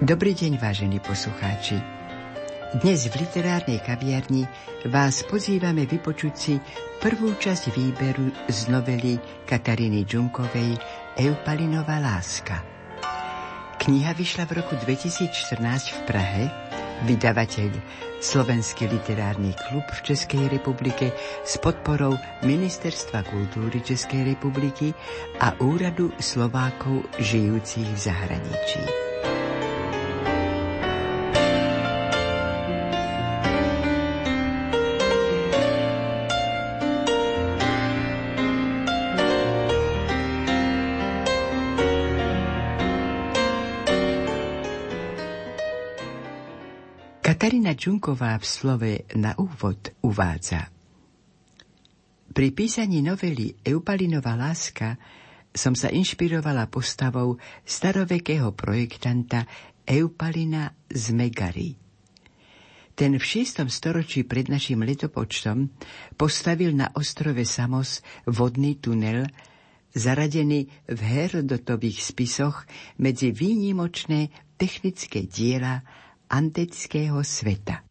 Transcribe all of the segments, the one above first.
Dobrý deň, vážení poslucháči. Dnes v literárnej kaviarni vás pozývame vypočuť si prvú časť výberu z novely Kataríny Džunkovej Eupalinová láska. Kniha vyšla v roku 2014 v Prahe, vydavateľ Slovenský literárny klub v Českej republike s podporou Ministerstva kultúry Českej republiky a Úradu Slovákov žijúcich v zahraničí. Katarína Džunková v slove na úvod uvádza: Pri písaní novely Eupalinová láska som sa inšpirovala postavou starovekého projektanta Eupalina z Megary. Ten v 6. storočí pred našim letopočtom postavil na ostrove Samos vodný tunel, zaradený v Herodotových spisoch medzi výnimočné technické diela antického sveta.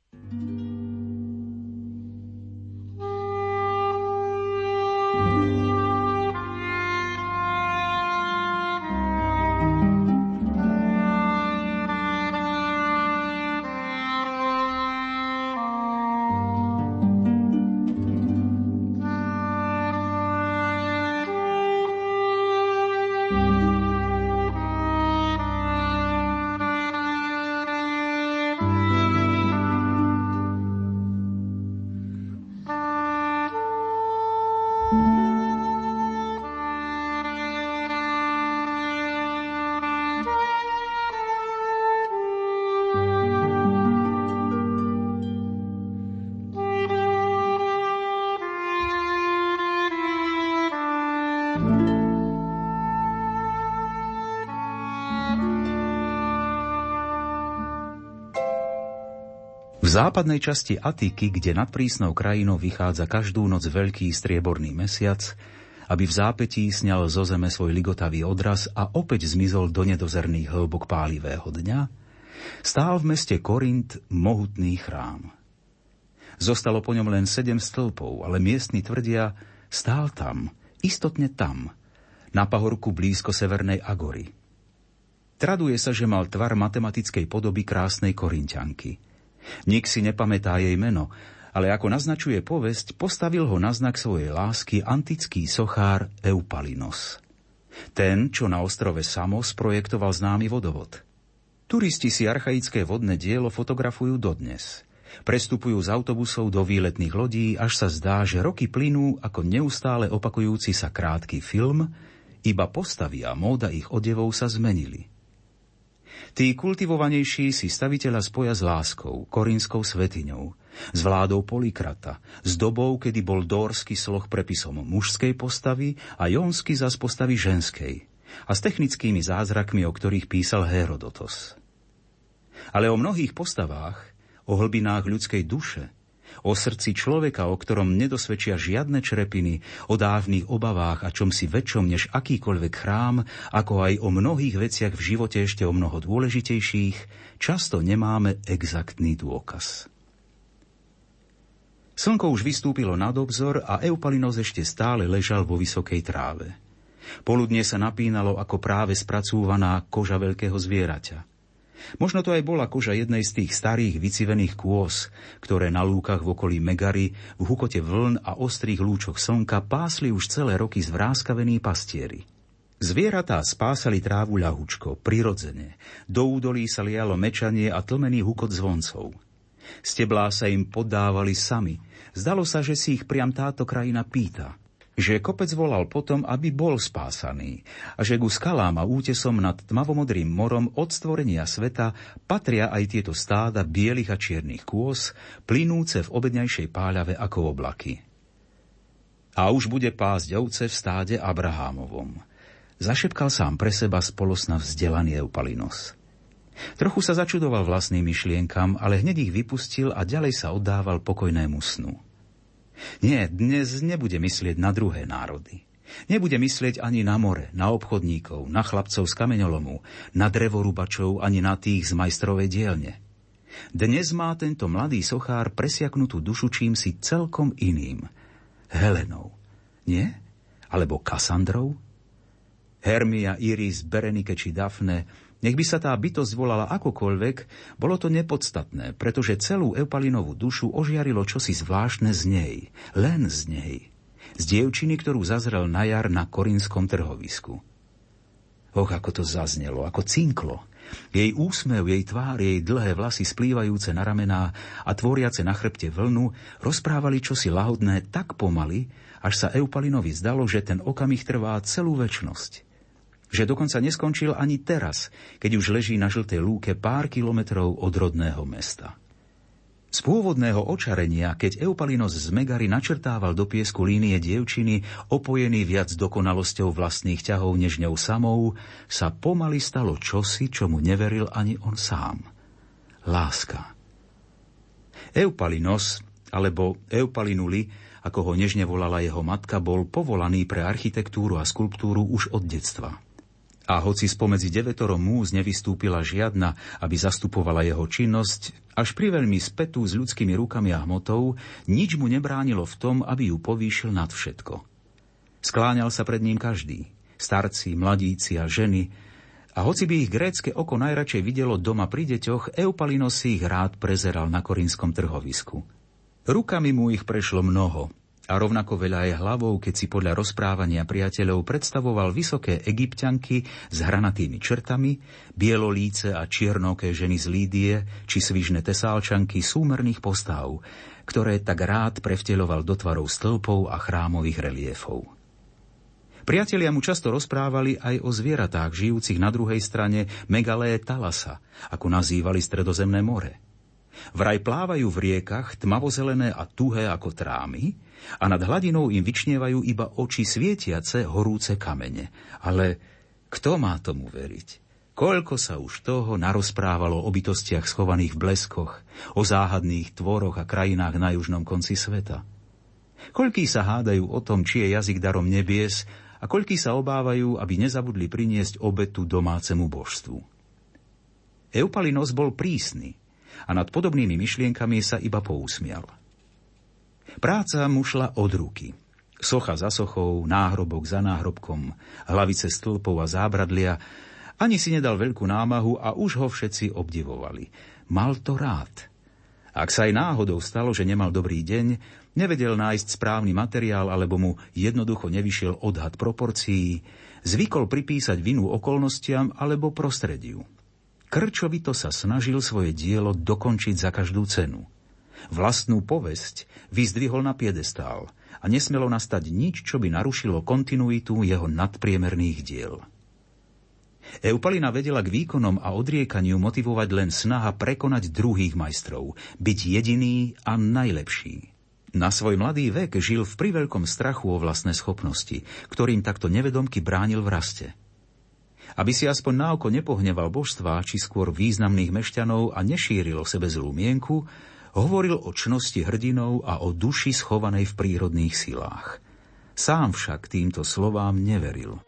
V západnej časti Atiky, kde nad prísnou krajinou vychádza každú noc veľký strieborný mesiac, aby v zápätí sňal zo zeme svoj ligotavý odraz a opäť zmizol do nedozerných hĺbok pálivého dňa, stál v meste Korint mohutný chrám. Zostalo po ňom len 7 stĺpov, ale miestni tvrdia, stál tam, istotne tam, na pahorku blízko severnej Agory. Traduje sa, že mal tvar matematickej podoby krásnej Korinťanky. Nik si nepamätá jej meno, ale ako naznačuje povesť, postavil ho na znak svojej lásky antický sochár Eupalinos. Ten, čo na ostrove Samos projektoval známy vodovod. Turisti si archaické vodné dielo fotografujú dodnes. Prestupujú z autobusov do výletných lodí, až sa zdá, že roky plynú ako neustále opakujúci sa krátky film, iba postavy a móda ich odevov sa zmenili. Tí kultivovanejší si staviteľa spoja s láskou, korínskou svetiňou, s vládou Polikrata, s dobou, kedy bol dórsky sloh prepisom mužskej postavy a jónsky zas postavy ženskej, a s technickými zázrakmi, o ktorých písal Herodotos. Ale o mnohých postavách, o hlbinách ľudskej duše, o srdci človeka, o ktorom nedosvedčia žiadne črepiny, o dávnych obavách a čomsi väčšom než akýkoľvek chrám, ako aj o mnohých veciach v živote ešte o mnoho dôležitejších, často nemáme exaktný dôkaz. Slnko už vystúpilo nad obzor a Eupalinos ešte stále ležal vo vysokej tráve. Poludnie sa napínalo ako práve spracúvaná koža veľkého zvieraťa. Možno to aj bola koža jednej z tých starých vycivených kôz, ktoré na lúkach v okolí Megary, v hukote vln a ostrých lúčoch slnka pásli už celé roky zvráskavení pastieri. Zvieratá spásali trávu ľahučko, prirodzene. Do údolí sa lialo mečanie a tlmený hukot zvoncov. Steblá sa im poddávali sami. Zdalo sa, že si ich priam táto krajina pýta. Že kopec volal potom, aby bol spásaný a že ku skalám a útesom nad tmavomodrým morom od stvorenia sveta patria aj tieto stáda bielých a čiernych kôz, plynúce v obedňajšej páľave ako oblaky. A už bude pásť ovce v stáde Abrahámovom. Zašepkal sám pre seba spolosna vzdelaný Eupalinos. Trochu sa začudoval vlastným myšlienkam, ale hneď ich vypustil a ďalej sa oddával pokojnému snu. Nie, dnes nebude myslieť na druhé národy. Nebude myslieť ani na more, na obchodníkov, na chlapcov z kameňolomu, na drevorubačov ani na tých z majstrovej dielne. Dnes má tento mladý sochár presiaknutú dušu čímsi celkom iným. Helenou. Nie? Alebo Kassandrou? Hermia, Iris, Berenike či Dafne, nech by sa tá bytosť volala akokoľvek, bolo to nepodstatné, pretože celú Eupalinovú dušu ožiarilo čosi zvláštne z nej, len z nej. Z dievčiny, ktorú zazrel na jar na Korinskom trhovisku. Och, ako to zaznelo, ako cinklo. Jej úsmev, jej tvár, jej dlhé vlasy splývajúce na ramená a tvoriace na chrbte vlnu rozprávali čosi lahodné tak pomaly, až sa Eupalinovi zdalo, že ten okamih trvá celú večnosť. Že dokonca neskončil ani teraz, keď už leží na žltej lúke pár kilometrov od rodného mesta. Z pôvodného očarenia, keď Eupalinos z Megary načrtával do piesku línie dievčiny, opojený viac dokonalosťou vlastných ťahov než ňou samou, sa pomaly stalo čosi, čomu neveril ani on sám. Láska. Eupalinos, alebo Eupalinuli, ako ho nežne volala jeho matka, bol povolaný pre architektúru a skulptúru už od detstva. A hoci spomedzi 9 múz nevystúpila žiadna, aby zastupovala jeho činnosť, až priveľmi spätú s ľudskými rukami a hmotou, nič mu nebránilo v tom, aby ju povýšil nad všetko. Skláňal sa pred ním každý, starci, mladíci a ženy, a hoci by ich grécke oko najradšej videlo doma pri deťoch, Eupalinos si ich rád prezeral na Korinskom trhovisku. Rukami mu ich prešlo mnoho, a rovnako veľa aj hlavou, keď si podľa rozprávania priateľov predstavoval vysoké Egypťanky s hranatými črtami, bielolíce a čiernoké ženy z Lídie či svižné Tesálčanky súmerných postav, ktoré tak rád prevteľoval do tvarov stĺpov a chrámových reliéfov. Priatelia mu často rozprávali aj o zvieratách žijúcich na druhej strane Megalé Thalassa, ako nazývali Stredozemné more. Vraj plávajú v riekach tmavozelené a tuhé ako trámy, a nad hladinou im vyčnievajú iba oči svietiace horúce kamene. Ale kto má tomu veriť? Koľko sa už toho narozprávalo o bytostiach schovaných v bleskoch, o záhadných tvoroch a krajinách na južnom konci sveta. Koľkí sa hádajú o tom, či je jazyk darom nebies, a koľkí sa obávajú, aby nezabudli priniesť obetu domácemu božstvu. Eupalinos bol prísny a nad podobnými myšlienkami sa iba pousmial. Práca mu šla od ruky. Socha za sochou, náhrobok za náhrobkom, hlavice stĺpov a zábradlia. Ani si nedal veľkú námahu a už ho všetci obdivovali. Mal to rád. Ak sa aj náhodou stalo, že nemal dobrý deň, nevedel nájsť správny materiál alebo mu jednoducho nevyšiel odhad proporcií, zvykol pripísať vinu okolnostiam alebo prostrediu. Krčovito sa snažil svoje dielo dokončiť za každú cenu. Vlastnú povesť vyzdvihol na piedestál a nesmelo nastať nič, čo by narušilo kontinuitu jeho nadpriemerných diel. Eupalina vedela k výkonom a odriekaniu motivovať len snaha prekonať druhých majstrov, byť jediný a najlepší. Na svoj mladý vek žil v priveľkom strachu o vlastné schopnosti, ktorým takto nevedomky bránil v raste. Aby si aspoň na oko nepohneval božstvá, či skôr významných mešťanov a nešíril o sebe zlú mienku, hovoril o čnosti hrdinov a o duši schovanej v prírodných silách. Sám však týmto slovám neveril.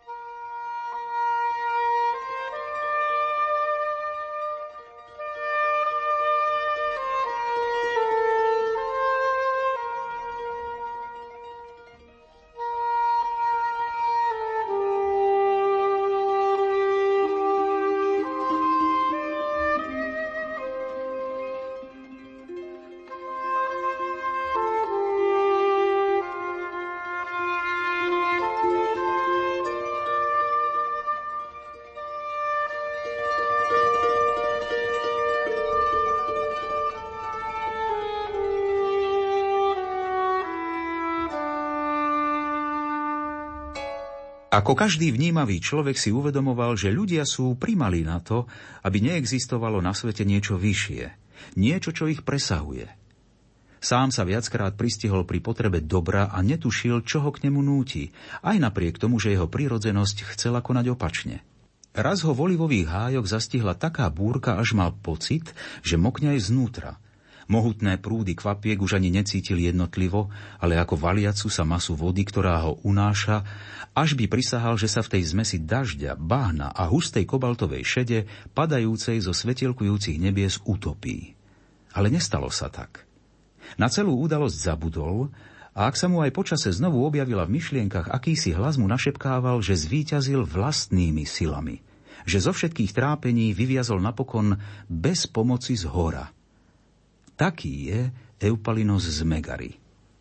Ako každý vnímavý človek si uvedomoval, že ľudia sú primalí na to, aby neexistovalo na svete niečo vyššie, niečo, čo ich presahuje. Sám sa viackrát pristihol pri potrebe dobra a netušil, čo ho k nemu núti, aj napriek tomu, že jeho prirodzenosť chcela konať opačne. Raz ho v olivových hájoch zastihla taká búrka, až mal pocit, že mokne aj znútra, Mohutné prúdy kvapiek už ani necítili jednotlivo, ale ako valiacu sa masu vody, ktorá ho unáša, až by prisahal, že sa v tej zmesi dažďa, bahna a hustej kobaltovej šede, padajúcej zo svetielkujúcich nebies, utopí. Ale nestalo sa tak. Na celú udalosť zabudol, a ak sa mu aj počase znovu objavila v myšlienkach, akýsi hlas mu našepkával, že zvíťazil vlastnými silami, že zo všetkých trápení vyviazol napokon bez pomoci z hora. Taký je Eupalinos z Megary.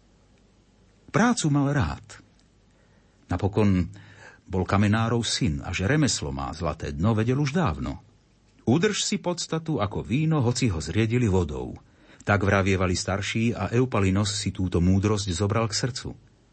Prácu mal rád. Napokon bol kamenárov syn a že remeslo má zlaté dno, vedel už dávno. Udrž si podstatu ako víno, hoci ho zriedili vodou. Tak vravievali starší a Eupalinos si túto múdrosť zobral k srdcu.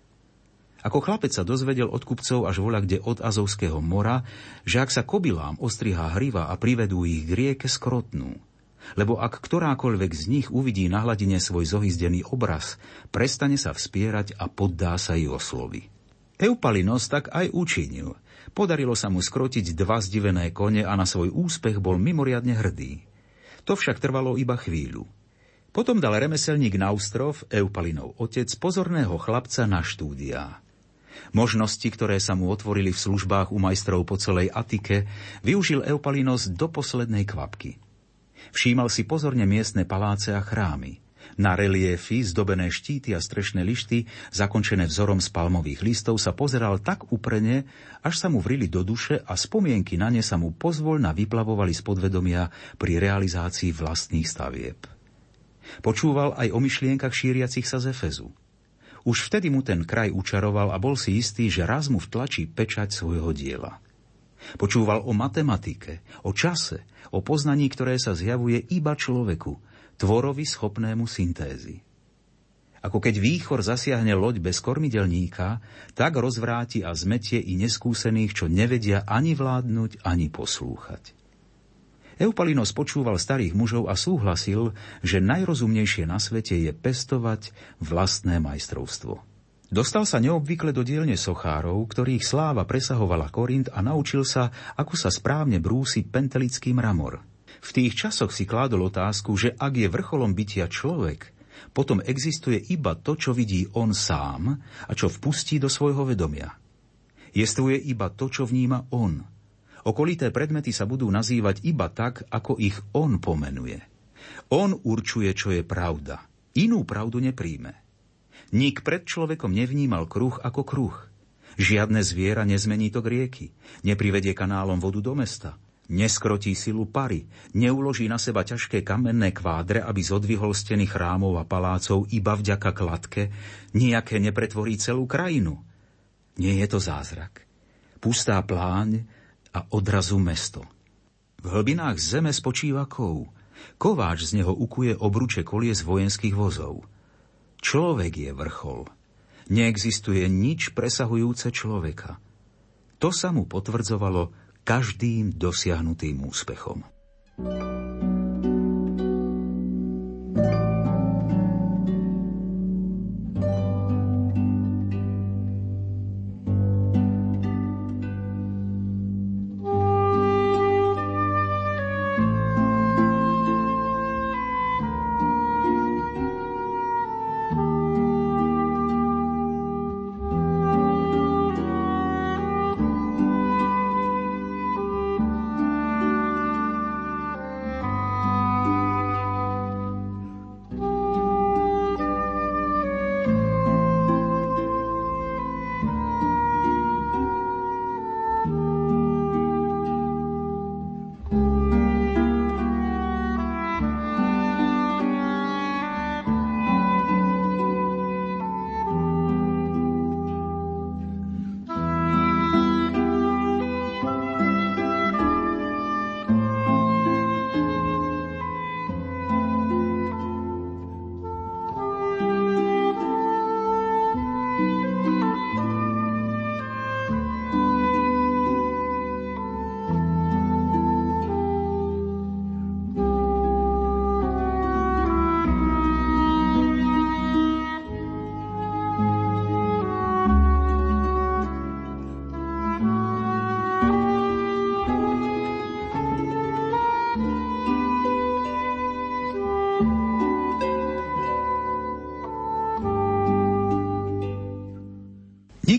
Ako chlapec sa dozvedel od kupcov až voľakde od Azovského mora, že ak sa kobylám ostrihá hriva a privedú ich k rieke, skrotnú. Lebo ak ktorákoľvek z nich uvidí na hladine svoj zohyzdený obraz, prestane sa vspierať a poddá sa jej oslovi. Eupalinos tak aj učinil. Podarilo sa mu skrotiť 2 zdivené kone a na svoj úspech bol mimoriadne hrdý. To však trvalo iba chvíľu. Potom dal remeselník Naustrov, Eupalinov otec, pozorného chlapca na štúdiá. Možnosti, ktoré sa mu otvorili v službách u majstrov po celej Atike, využil Eupalinos do poslednej kvapky. Všímal si pozorne miestne paláce a chrámy. Na reliéfy, zdobené štíty a strešné lišty, zakončené vzorom z palmových listov, sa pozeral tak uprene, až sa mu vrili do duše a spomienky na ne sa mu pozvoľna vyplavovali z podvedomia pri realizácii vlastných stavieb. Počúval aj o myšlienkach šíriacich sa z Efezu. Už vtedy mu ten kraj učaroval a bol si istý, že raz mu vtlačí pečať svojho diela. Počúval o matematike, o čase, o poznaní, ktoré sa zjavuje iba človeku, tvorovi schopnému syntézy. Ako keď výchor zasiahne loď bez kormidelníka, tak rozvráti a zmetie i neskúsených, čo nevedia ani vládnuť, ani poslúchať. Eupalinos počúval starých mužov a súhlasil, že najrozumnejšie na svete je pestovať vlastné majstrovstvo. Dostal sa neobvykle do dielne sochárov, ktorých sláva presahovala Korint, a naučil sa, ako sa správne brúsi pentelický mramor. V tých časoch si kládol otázku, že ak je vrcholom bytia človek, potom existuje iba to, čo vidí on sám a čo vpustí do svojho vedomia. Jestvuje iba to, čo vníma on. Okolité predmety sa budú nazývať iba tak, ako ich on pomenuje. On určuje, čo je pravda. Inú pravdu nepríjme. Nik pred človekom nevnímal kruh ako kruh. Žiadne zviera nezmení tok rieky, neprivedie kanálom vodu do mesta, neskrotí silu pary, neuloží na seba ťažké kamenné kvádre, aby zodvihol steny chrámov a palácov iba vďaka kladke, nijaké nepretvorí celú krajinu. Nie je to zázrak. Pustá pláň a odrazu mesto. V hlbinách zeme spočíva kov. Kováč z neho ukuje obruče kolies vojenských vozov. Človek je vrchol. Neexistuje nič presahujúce človeka. To sa mu potvrdzovalo každým dosiahnutým úspechom.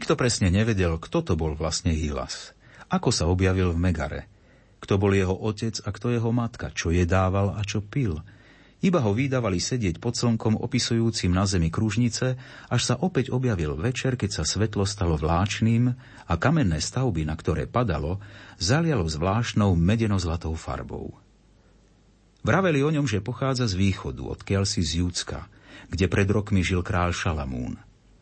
Nikto presne nevedel, kto to bol vlastne Hilas. Ako sa objavil v Megare. Kto bol jeho otec a kto jeho matka, čo jedával a čo pil. Iba ho vydávali sedieť pod slnkom opisujúcim na zemi kružnice, až sa opäť objavil večer, keď sa svetlo stalo vláčným a kamenné stavby, na ktoré padalo, zalialo zvláštnou medenozlatou farbou. Vraveli o ňom, že pochádza z východu, odkiaľ si z Júdska, kde pred rokmi žil kráľ Šalamún.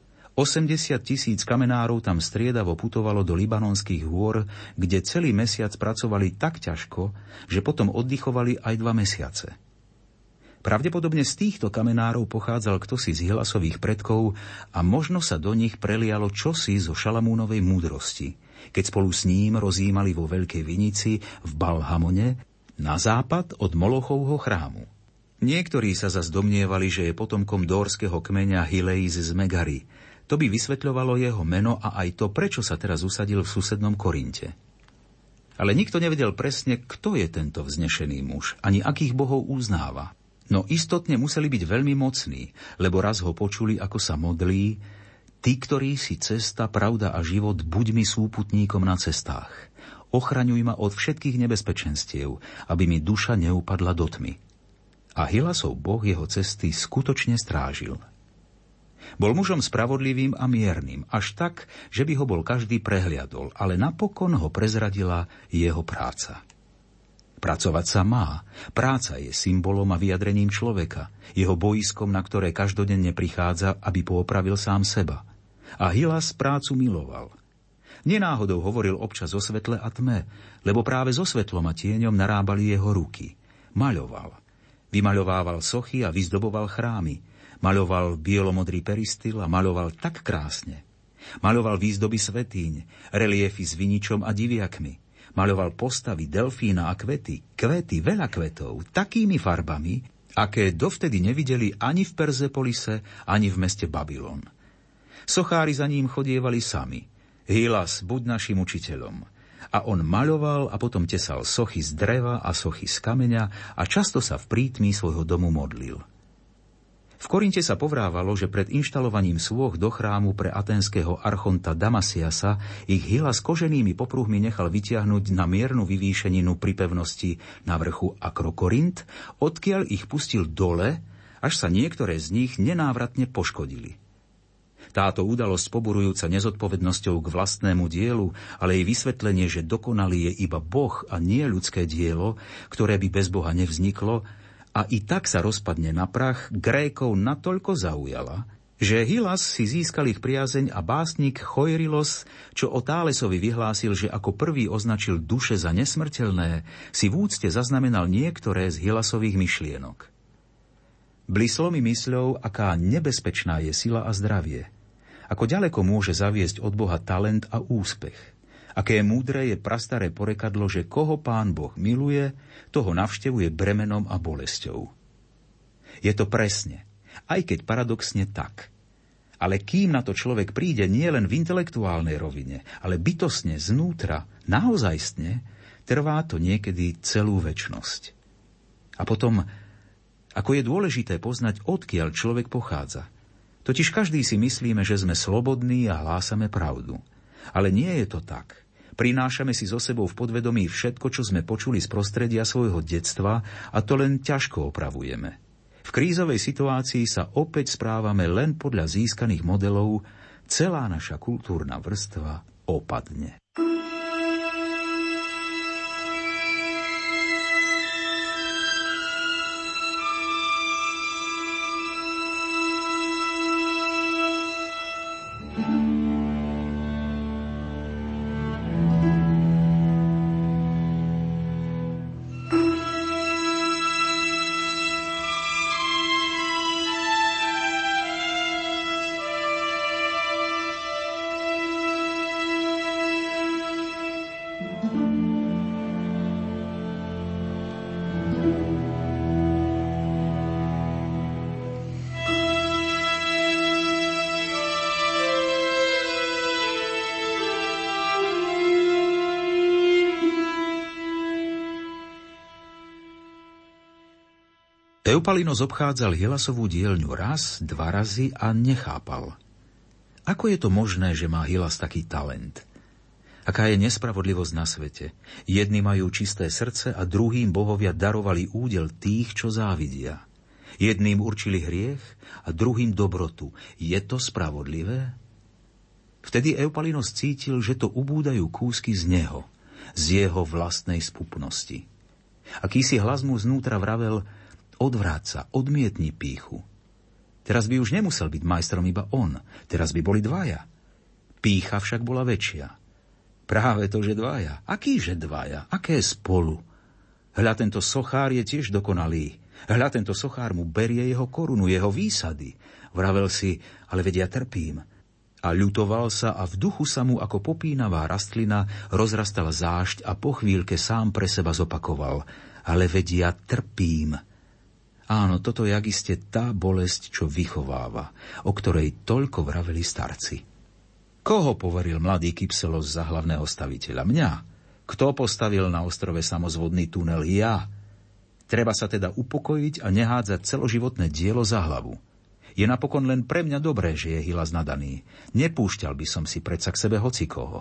80 000 kamenárov tam striedavo putovalo do libanonských hôr, kde celý mesiac pracovali tak ťažko, že potom oddychovali aj 2 mesiace. Pravdepodobne z týchto kamenárov pochádzal ktosi z Hilasových predkov a možno sa do nich prelialo čosi zo Šalamúnovej múdrosti, keď spolu s ním rozjímali vo Veľkej vinici v Balhamone na západ od Molochovho chrámu. Niektorí sa zas domnievali, že je potomkom dórskeho kmeňa Hileis z Megary. To by vysvetľovalo jeho meno a aj to, prečo sa teraz usadil v susednom Korinte. Ale nikto nevedel presne, kto je tento vznešený muž, ani akých bohov uznáva. No istotne museli byť veľmi mocní, lebo raz ho počuli, ako sa modlí: Ty, ktorý si cesta, pravda a život, buď mi súputníkom na cestách. Ochraňuj ma od všetkých nebezpečenstiev, aby mi duša neupadla do tmy. A Hilasov Boh jeho cesty skutočne strážil. Bol mužom spravodlivým a miernym, až tak, že by ho bol každý prehliadol, ale napokon ho prezradila jeho práca. Pracovať sa má. Práca je symbolom a vyjadrením človeka, jeho bojiskom, na ktoré každodenne prichádza, aby poopravil sám seba. A Hilas prácu miloval. Nenáhodou hovoril občas o svetle a tme, lebo práve so svetlom a tieňom narábali jeho ruky. Maľoval. Vymaľovával sochy a vyzdoboval chrámy. Maľoval bielomodrý peristil a maľoval tak krásne. Maľoval výzdoby svätýň, reliefy s viničom a diviakmi. Maľoval postavy, delfína a kvety, veľa kvetov, takými farbami, aké dovtedy nevideli ani v Perzepolise, ani v meste Babylon. Sochári za ním chodievali sami. Hilas, buď našim učiteľom. A on maľoval a potom tesal sochy z dreva a sochy z kameňa a často sa v prítmí svojho domu modlil. V Korinte sa povrávalo, že pred inštalovaním sôch do chrámu pre aténskeho archonta Damasiasa ich Hilas koženými popruhmi nechal vytiahnuť na miernu vyvýšeninu pri pevnosti na vrchu Akrokorint, odkiaľ ich pustil dole, až sa niektoré z nich nenávratne poškodili. Táto udalosť, poburujúca nezodpovednosťou k vlastnému dielu, ale jej vysvetlenie, že dokonalý je iba Boh a nie ľudské dielo, ktoré by bez Boha nevzniklo, a i tak sa rozpadne na prach, Grékov natoľko zaujala, že Hilas si získal ich priazeň a básnik Choirilos, čo o Tálesovi vyhlásil, že ako prvý označil duše za nesmrteľné, si v úcte zaznamenal niektoré z Hilasových myšlienok. Blislo mi mysľou, aká nebezpečná je sila a zdravie. Ako ďaleko môže zaviesť od Boha talent a úspech. Aké múdre je prastaré porekadlo, že koho Pán Boh miluje, toho navštevuje bremenom a bolesťou. Je to presne, aj keď paradoxne tak. Ale kým na to človek príde nie len v intelektuálnej rovine, ale bytostne znútra, naozajstne, trvá to niekedy celú večnosť. A potom, ako je dôležité poznať, odkiaľ človek pochádza. Totiž každý si myslíme, že sme slobodní a hlásame pravdu. Ale nie je to tak. Prinášame si so sebou v podvedomí všetko, čo sme počuli z prostredia svojho detstva, a to len ťažko opravujeme. V krízovej situácii sa opäť správame len podľa získaných modelov, celá naša kultúrna vrstva opadne. Eupalinos obchádzal Hilasovú dielňu raz, 2 razy a nechápal. Ako je to možné, že má Hylas taký talent? Aká je nespravodlivosť na svete? Jedni majú čisté srdce a druhým bohovia darovali údel tých, čo závidia. Jedným určili hriech a druhým dobrotu. Je to spravodlivé? Vtedy Eupalinos cítil, že to ubúdajú kúsky z neho, z jeho vlastnej spupnosti. Akýsi hlas mu znútra vravel: odvráť sa, odmietni pýchu. Teraz by už nemusel byť majstrom iba on, teraz by boli dvaja. Pýcha však bola väčšia. Práve to, že dvaja. Akýže dvaja? Aké spolu? Hľa, tento sochár je tiež dokonalý. Hľa, tento sochár mu berie jeho korunu, jeho výsady. Vravel si: ale veď ja trpím. A ľutoval sa a v duchu sa mu ako popínavá rastlina rozrastala zášť a po chvíľke sám pre seba zopakoval: ale veď ja trpím. Áno, toto je iste tá bolesť, čo vychováva, o ktorej toľko vraveli starci. Koho poveril mladý Kypselos za hlavného staviteľa? Mňa. Kto postavil na ostrove samozvodný tunel? Ja. Treba sa teda upokojiť a nehádzať celoživotné dielo za hlavu. Je napokon len pre mňa dobré, že je Hylas nadaný. Nepúšťal by som si predsa k sebe hocikoho.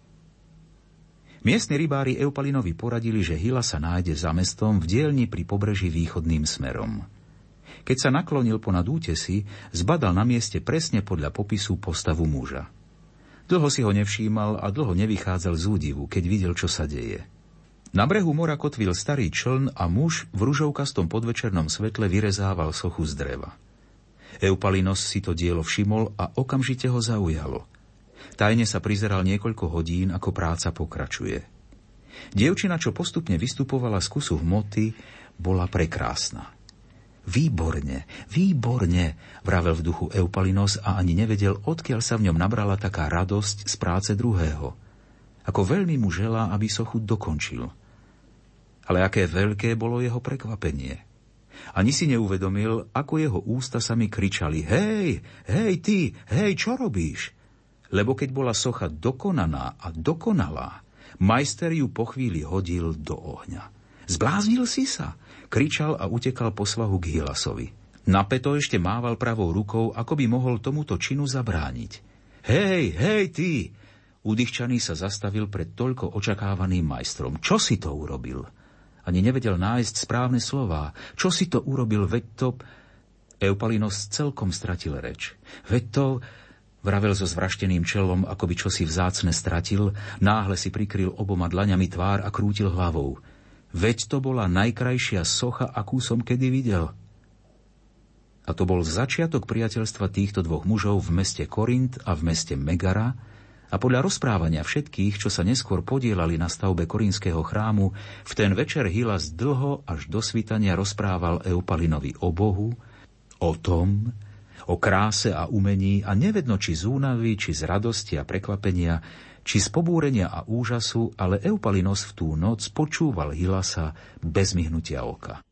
Miestni rybári Eupalinovi poradili, že Hylas sa nájde za mestom v dielni pri pobreží východným smerom. Keď sa naklonil ponad útesy, zbadal na mieste presne podľa popisu postavu muža. Dlho si ho nevšímal a dlho nevychádzal z údivu, keď videl, čo sa deje. Na brehu mora kotvil starý čln a muž v ružovkastom podvečernom svetle vyrezával sochu z dreva. Eupalinos si to dielo všimol a okamžite ho zaujalo. Tajne sa prizeral niekoľko hodín, ako práca pokračuje. Dievčina, čo postupne vystupovala z kusu hmoty, bola prekrásna. Výborne, výborne, vravel v duchu Eupalinos a ani nevedel, odkiaľ sa v ňom nabrala taká radosť z práce druhého. Ako veľmi mu želá, aby sochu dokončil. Ale aké veľké bolo jeho prekvapenie. Ani si neuvedomil, ako jeho ústa sami kričali: hej, hej ty, hej, čo robíš? Lebo keď bola socha dokonaná a dokonalá, majster ju po chvíli hodil do ohňa. Zbláznil si sa, kričal a utekal po svahu k Hylasovi. Napäto ešte mával pravou rukou, ako by mohol tomuto činu zabrániť. Hej, hej ty! Udýchčaný sa zastavil pred toľko očakávaným majstrom. Čo si to urobil? Ani nevedel nájsť správne slová. Čo si to urobil, veď to... Eupalinos celkom stratil reč. Veď to... Vravel so zvrašteným čelom, ako by čosi vzácne stratil, náhle si prikryl oboma dlaňami tvár a krútil hlavou. Veď to bola najkrajšia socha, akú som kedy videl. A to bol začiatok priateľstva týchto dvoch mužov v meste Korint a v meste Megara, a podľa rozprávania všetkých, čo sa neskôr podielali na stavbe korinského chrámu, v ten večer Hylas dlho až do svitania rozprával Eupalinovi o Bohu, o tom, o kráse a umení a nevedno, či z únavy, či z radosti a prekvapenia, či z pobúrenia a úžasu, ale Eupalinos v tú noc počúval Hylasa bez myhnutia oka.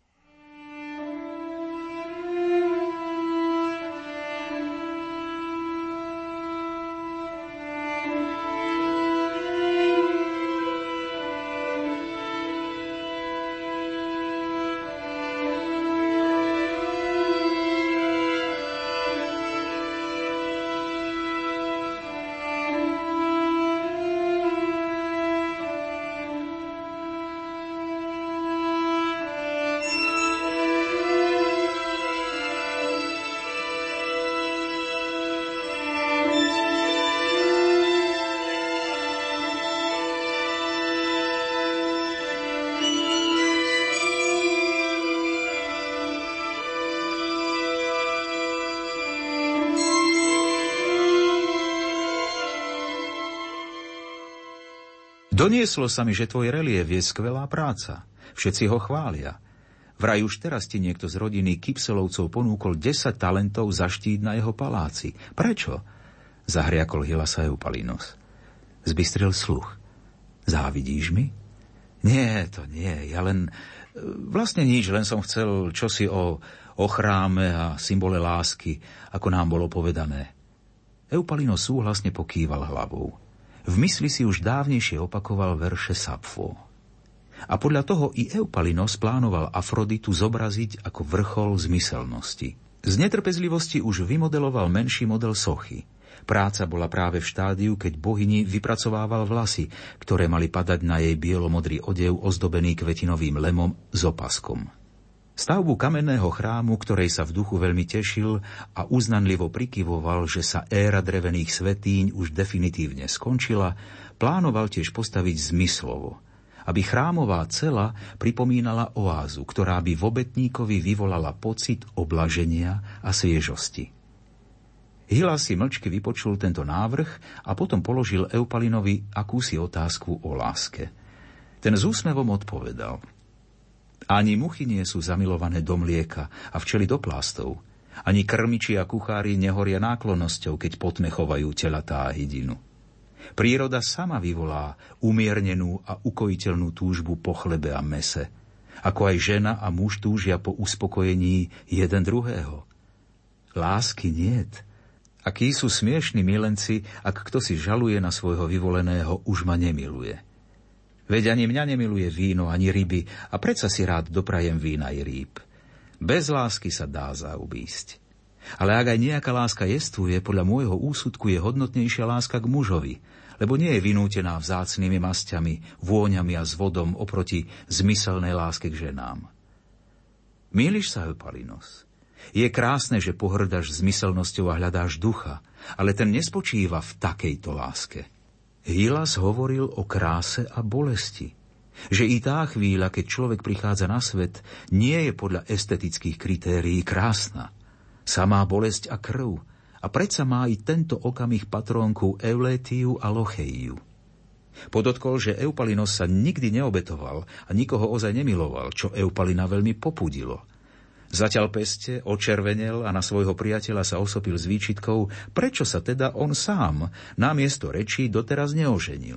Donieslo sa mi, že tvoj relief je skvelá práca. Všetci ho chvália. Vraj už teraz ti niekto z rodiny Kypselovcov ponúkol 10 talentov za štít na jeho paláci. Prečo? Zahriakol Hylasa Eupalinos. Zbystril sluch. Závidíš mi? Nie, to nie. Ja len... Vlastne nič, len som chcel čosi o chráme a symbole lásky, ako nám bolo povedané. Eupalinos súhlasne pokýval hlavou. V mysli si už dávnejšie opakoval verše Sapfo. A podľa toho i Eupalinos plánoval Afroditu zobraziť ako vrchol zmyselnosti. Z netrpezlivosti už vymodeloval menší model sochy. Práca bola práve v štádiu, keď bohyni vypracovával vlasy, ktoré mali padať na jej bielo-modrý odev ozdobený kvetinovým lemom s opaskom. Stavbu kamenného chrámu, ktorej sa v duchu veľmi tešil a uznanlivo prikyvoval, že sa éra drevených svätýň už definitívne skončila, plánoval tiež postaviť zmyslovo, aby chrámová cela pripomínala oázu, ktorá by v obetníkovi vyvolala pocit oblaženia a sviežosti. Hila si mlčky vypočul tento návrh a potom položil Eupalinovi akúsi otázku o láske. Ten s úsmevom odpovedal: Ani muchy nie sú zamilované do mlieka a včely do plástov. Ani krmiči a kuchári nehoria náklonnosťou, keď potme chovajú telatá a hydinu. Príroda sama vyvolá umiernenú a ukojiteľnú túžbu po chlebe a mese, ako aj žena a muž túžia po uspokojení jeden druhého. Lásky niet. Akí sú smiešní milenci, ak kto si žaluje na svojho vyvoleného, už ma nemiluje. Veď ani mňa nemiluje víno, ani ryby, a predsa si rád doprajem vína i rýb. Bez lásky sa dá zaubísť. Ale ak aj nejaká láska jestvuje, podľa môjho úsudku je hodnotnejšia láska k mužovi, lebo nie je vynútená vzácnymi masťami, vôňami a zvodom oproti zmyselnej láske k ženám. Mýliš sa, Eupalinos? Je krásne, že pohrdáš zmyselnosťou a hľadáš ducha, ale ten nespočíva v takejto láske. Hylas hovoril o kráse a bolesti. Že i tá chvíľa, keď človek prichádza na svet, nie je podľa estetických kritérií krásna. Samá bolesť a krv. A predsa má i tento okamih patrónku Eulétiu a Locheiu. Podotkol, že Eupalinos sa nikdy neobetoval a nikoho ozaj nemiloval, čo Eupalina veľmi popudilo. Zaťal peste, očervenel a na svojho priateľa sa osopil s výčitkou, prečo sa teda on sám namiesto rečí doteraz neoženil.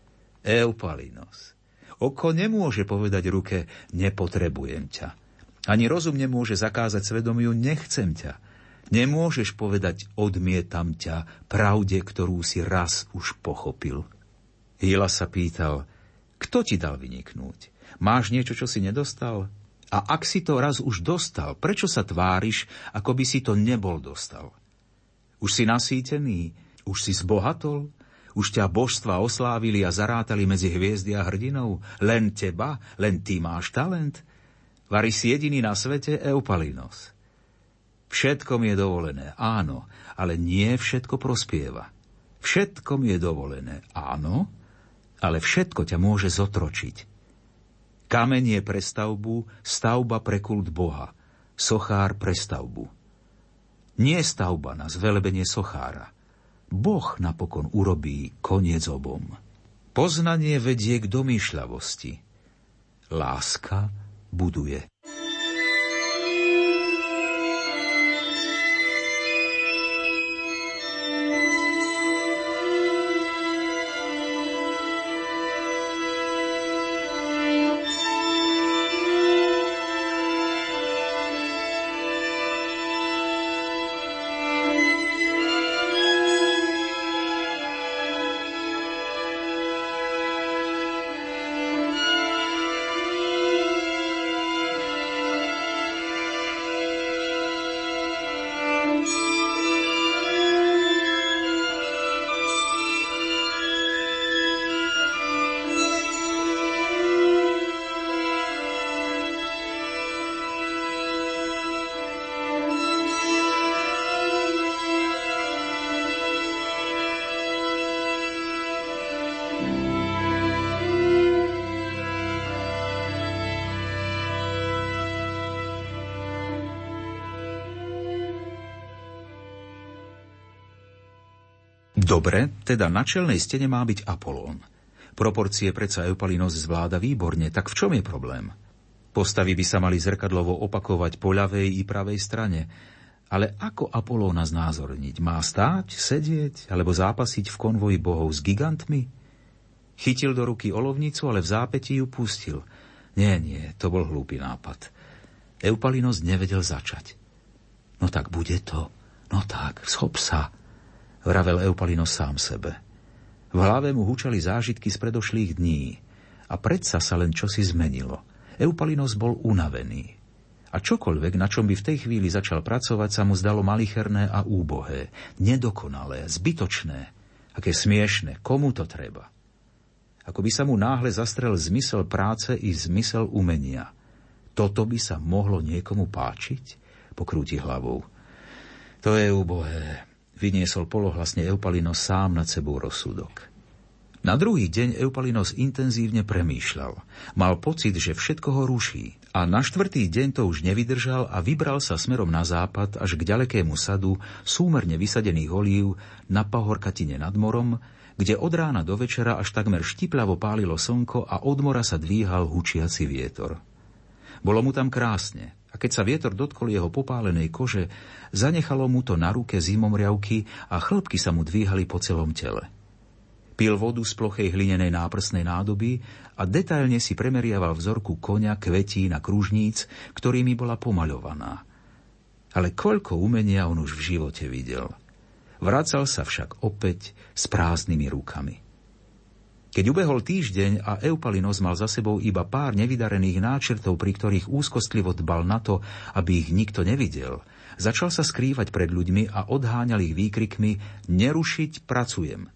Eupalinos, oko nemôže povedať ruke nepotrebujem ťa. Ani rozum nemôže zakázať svedomiu nechcem ťa. Nemôžeš povedať odmietam ťa pravde, ktorú si raz už pochopil. Hylas sa pýtal, kto ti dal vyniknúť? Máš niečo, čo si nedostal? A ak si to raz už dostal, prečo sa tváriš, ako by si to nebol dostal? Už si nasýtený? Už si zbohatol? Už ťa božstva oslávili a zarátali medzi hviezdy a hrdinov? Len teba? Len ty máš talent? Vari si jediný na svete, Eupalinos. Všetkom je dovolené, áno, ale nie všetko prospieva. Všetkom je dovolené, áno, ale všetko ťa môže zotročiť. Kameň je pre stavbu, stavba pre kult Boha, sochár pre stavbu. Nie stavba na zvelebenie sochára. Boh napokon urobí koniec obom. Poznanie vedie k domýšľavosti. Láska buduje. Dobre, teda na čelnej stene má byť Apolón. Proporcie predsa Eupalinos zvláda výborne, tak v čom je problém? Postavy by sa mali zrkadlovo opakovať po ľavej i pravej strane. Ale ako Apolóna znázorniť? Má stáť, sedieť, alebo zápasiť v konvoji bohov s gigantmi? Chytil do ruky olovnicu, ale v zápätí ju pustil. Nie, to bol hlúpy nápad. Eupalinos nevedel začať. No tak bude to. No tak, schop sa, vravel Eupalinos sám sebe. V hlave mu hučali zážitky z predošlých dní a predsa sa len čosi zmenilo. Eupalinos bol unavený. A čokoľvek, na čom by v tej chvíli začal pracovať, sa mu zdalo malicherné a úbohé, nedokonalé, zbytočné. Aké smiešne, komu to treba? Ako by sa mu náhle zastrel zmysel práce i zmysel umenia. Toto by sa mohlo niekomu páčiť? Pokrúti hlavou. To je úbohé, vyniesol polohlasne Eupalinos sám nad sebou rozsudok. Na druhý deň Eupalinos intenzívne premýšľal. Mal pocit, že všetko ho ruší. A na štvrtý deň to už nevydržal a vybral sa smerom na západ až k ďalekému sadu súmerne vysadených olív na pahorkatine nad morom, kde od rána do večera až takmer štipľavo pálilo slnko a od mora sa dvíhal hučiaci vietor. Bolo mu tam krásne a keď sa vietor dotkol jeho popálenej kože, zanechalo mu to na ruke zimomriavky a chlpky sa mu dvíhali po celom tele. Pil vodu z plochej hlinenej náprsnej nádoby a detailne si premeriaval vzorku koňa, kvetín a kružníc, ktorými bola pomaľovaná. Ale koľko umenia on už v živote videl. Vracal sa však opäť s prázdnymi rukami. Keď ubehol týždeň a Eupalinos mal za sebou iba pár nevydarených náčrtov, pri ktorých úzkostlivo dbal na to, aby ich nikto nevidel, začal sa skrývať pred ľuďmi a odháňal ich výkrikmi "Nerušiť, pracujem!".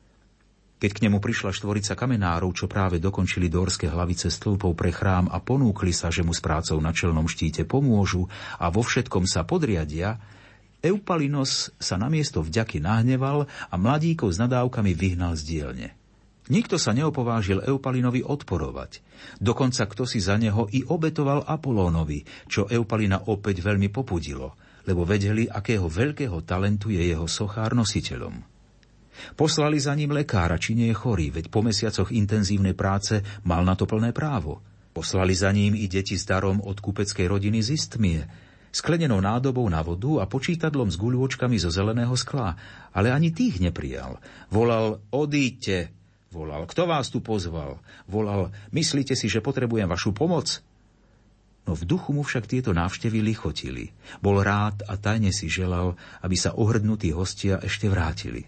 Keď k nemu prišla štvorica kamenárov, čo práve dokončili dórske hlavice stĺpov pre chrám a ponúkli sa, že mu s prácou na čelnom štíte pomôžu a vo všetkom sa podriadia, Eupalinos sa namiesto vďaky nahneval a mladíkov s nadávkami vyhnal z dielne. Nikto sa neopovážil Eupalinovi odporovať. Dokonca kto si za neho i obetoval Apolónovi, čo Eupalina opäť veľmi popudilo, lebo vedeli, akého veľkého talentu je jeho sochár nositeľom. Poslali za ním lekára, či nie je chorý, veď po mesiacoch intenzívnej práce mal na to plné právo. Poslali za ním i deti s darom od kupeckej rodiny z Istmie, sklenenou nádobou na vodu a počítadlom s guľôčkami zo zeleného skla, ale ani tých neprijal. Volal: "Odíďte!" Volal: "Kto vás tu pozval?" Volal: "Myslíte si, že potrebujem vašu pomoc?" No v duchu mu však tieto návštevy lichotili. Bol rád a tajne si želal, aby sa ohrdnutí hostia ešte vrátili.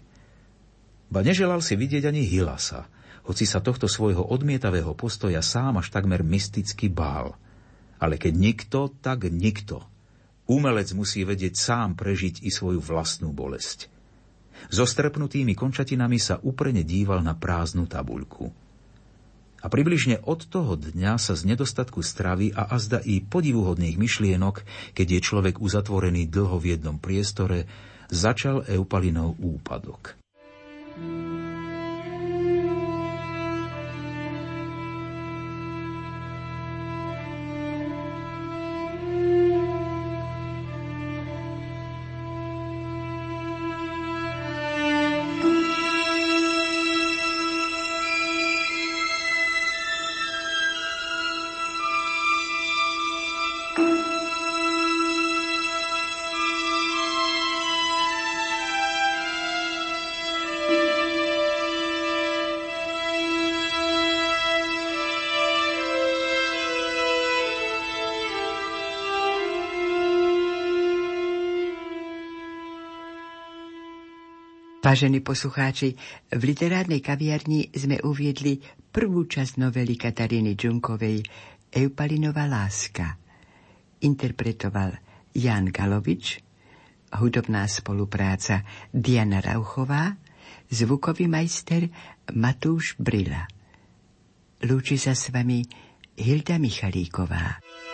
Ba neželal si vidieť ani Hillasa, hoci sa tohto svojho odmietavého postoja sám až takmer mysticky bál. Ale keď nikto, tak nikto. Umelec musí vedieť sám prežiť i svoju vlastnú bolesť. So strpnutými končatinami sa úprene díval na prázdnu tabuľku. A približne od toho dňa sa z nedostatku stravy a azda i podivuhodných myšlienok, keď je človek uzatvorený dlho v jednom priestore, začal Eupalinov úpadok. Vážení poslucháči, v literárnej kaviarni sme uviedli prvú časť novely Kataríny Džunkovej Eupalinova láska. Interpretoval Ján Galovič, hudobná spolupráca Diana Rauchová, zvukový majster Matúš Brila. Lúči sa s vami Hilda Michalíková.